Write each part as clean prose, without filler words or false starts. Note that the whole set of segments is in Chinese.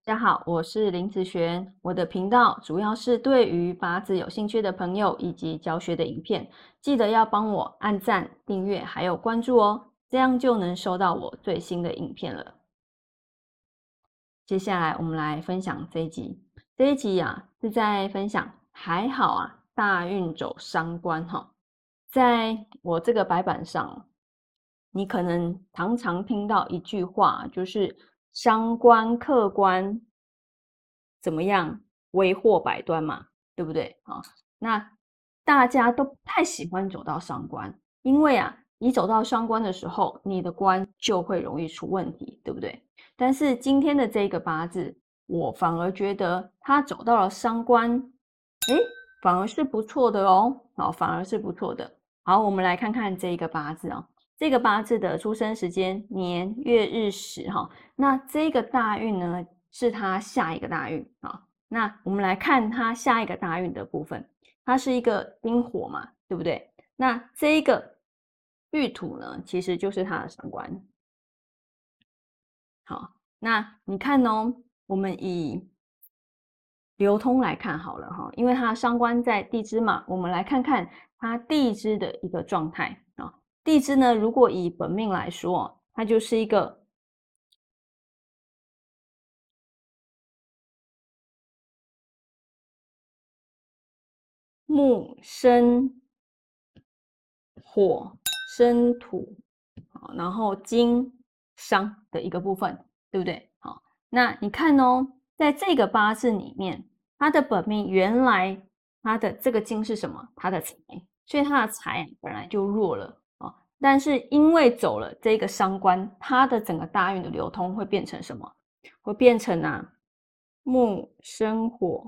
大家好，我是林子璇。我的频道主要是对于八字有兴趣的朋友以及教学的影片，记得要帮我按赞、订阅还有关注哦，这样就能收到我最新的影片了。接下来我们来分享这一集。这一集是在分享还好大运走伤官在我这个白板上，你可能常常听到一句话，就是伤官克官怎么样，为祸百端嘛，对不对？那大家都不太喜欢走到伤官，因为你走到伤官的时候，你的官就会容易出问题，对不对？但是今天的这个八字，我反而觉得他走到了伤官，反而是不错的哦，反而是不错的。好，我们来看看这个八字这个八字的出生时间、年月日时那这个大运呢，是他下一个大运那我们来看他下一个大运的部分，它是一个丁火嘛，对不对？那这一个玉土呢，其实就是他的伤官。好，那你看我们以流通来看好了因为它的伤官在地支嘛，我们来看看它地支的一个状态地支呢，如果以本命来说它就是一个木生火生土，然后金伤的一个部分，对不对？好，那你看在这个八字里面，它的本命原来它的这个金是什么？它的财，所以它的财本来就弱了但是因为走了这个伤官，它的整个大运的流通会变成什么？会变成木生火，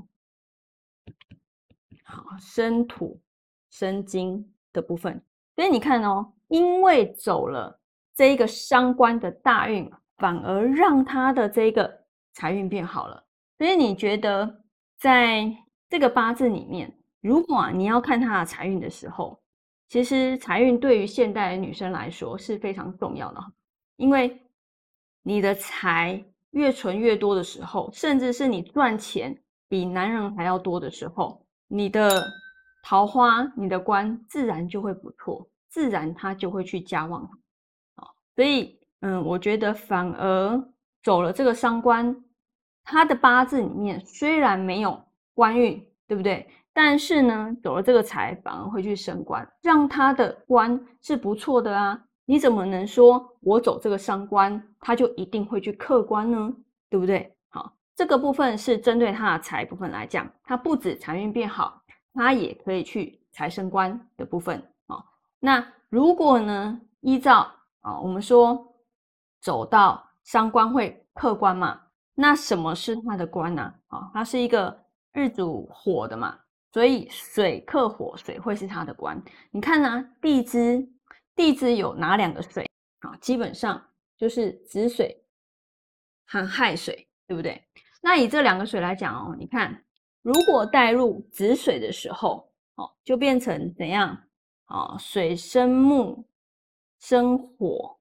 好生土生金的部分。所以你看因为走了这一个伤官的大运，反而让他的这个财运变好了。所以你觉得在这个八字里面，如果你要看他的财运的时候，其实财运对于现代的女生来说是非常重要的，因为你的财越存越多的时候，甚至是你赚钱比男人还要多的时候，你的桃花、你的官自然就会不错，自然他就会去加旺所以，我觉得反而走了这个伤官，他的八字里面虽然没有官运，对不对？但是呢，走了这个财，反而会去升官，让他的官是不错的啊。你怎么能说我走这个伤官，他就一定会去克官呢？对不对？好，这个部分是针对他的财部分来讲，他不止财运变好，他也可以去财升官的部分那如果呢，依照我们说走到伤官会克官嘛，那什么是他的官呢？它是一个日主火的嘛，所以水克火，水会是他的官。你看地支有哪两个水基本上就是子水和亥水，对不对？那以这两个水来讲你看，如果带入子水的时候就变成怎样水生木生火，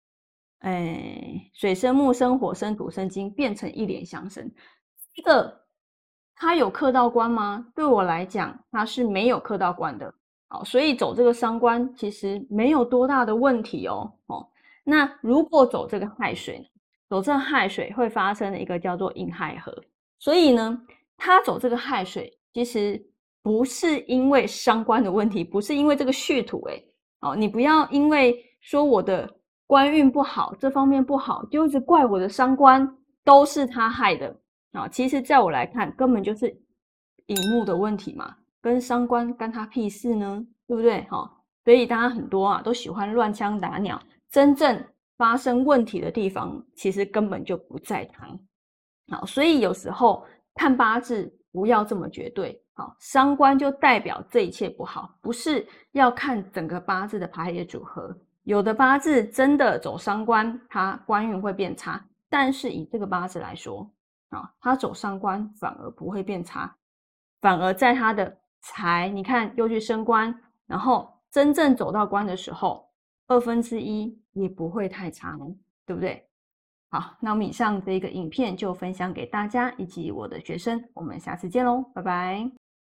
水生木生火生土生金，变成一连相生。这个它有克到官吗？对我来讲，它是没有克到官的。所以走这个伤官其实没有多大的问题那如果走这个亥水呢？走这个亥水会发生的一个叫做寅亥合，所以呢，他走这个亥水其实不是因为伤官的问题，不是因为这个戌土你不要因为说我的官运不好，这方面不好，就一直怪我的伤官都是他害的其实在我来看，根本就是寅木的问题嘛，跟伤官干他屁事呢，对不对所以大家很多都喜欢乱枪打鸟，真正发生问题的地方，其实根本就不在他所以有时候看八字不要这么绝对伤官就代表这一切不好，不是要看整个八字的排列组合。有的八字真的走伤官，它官运会变差，但是以这个八字来说它走伤官反而不会变差，反而在他的财，你看又去升官，然后真正走到官的时候，1/2也不会太差对不对？ 好，那我们以上这个影片就分享给大家以及我的学生，我们下次见喽，拜拜。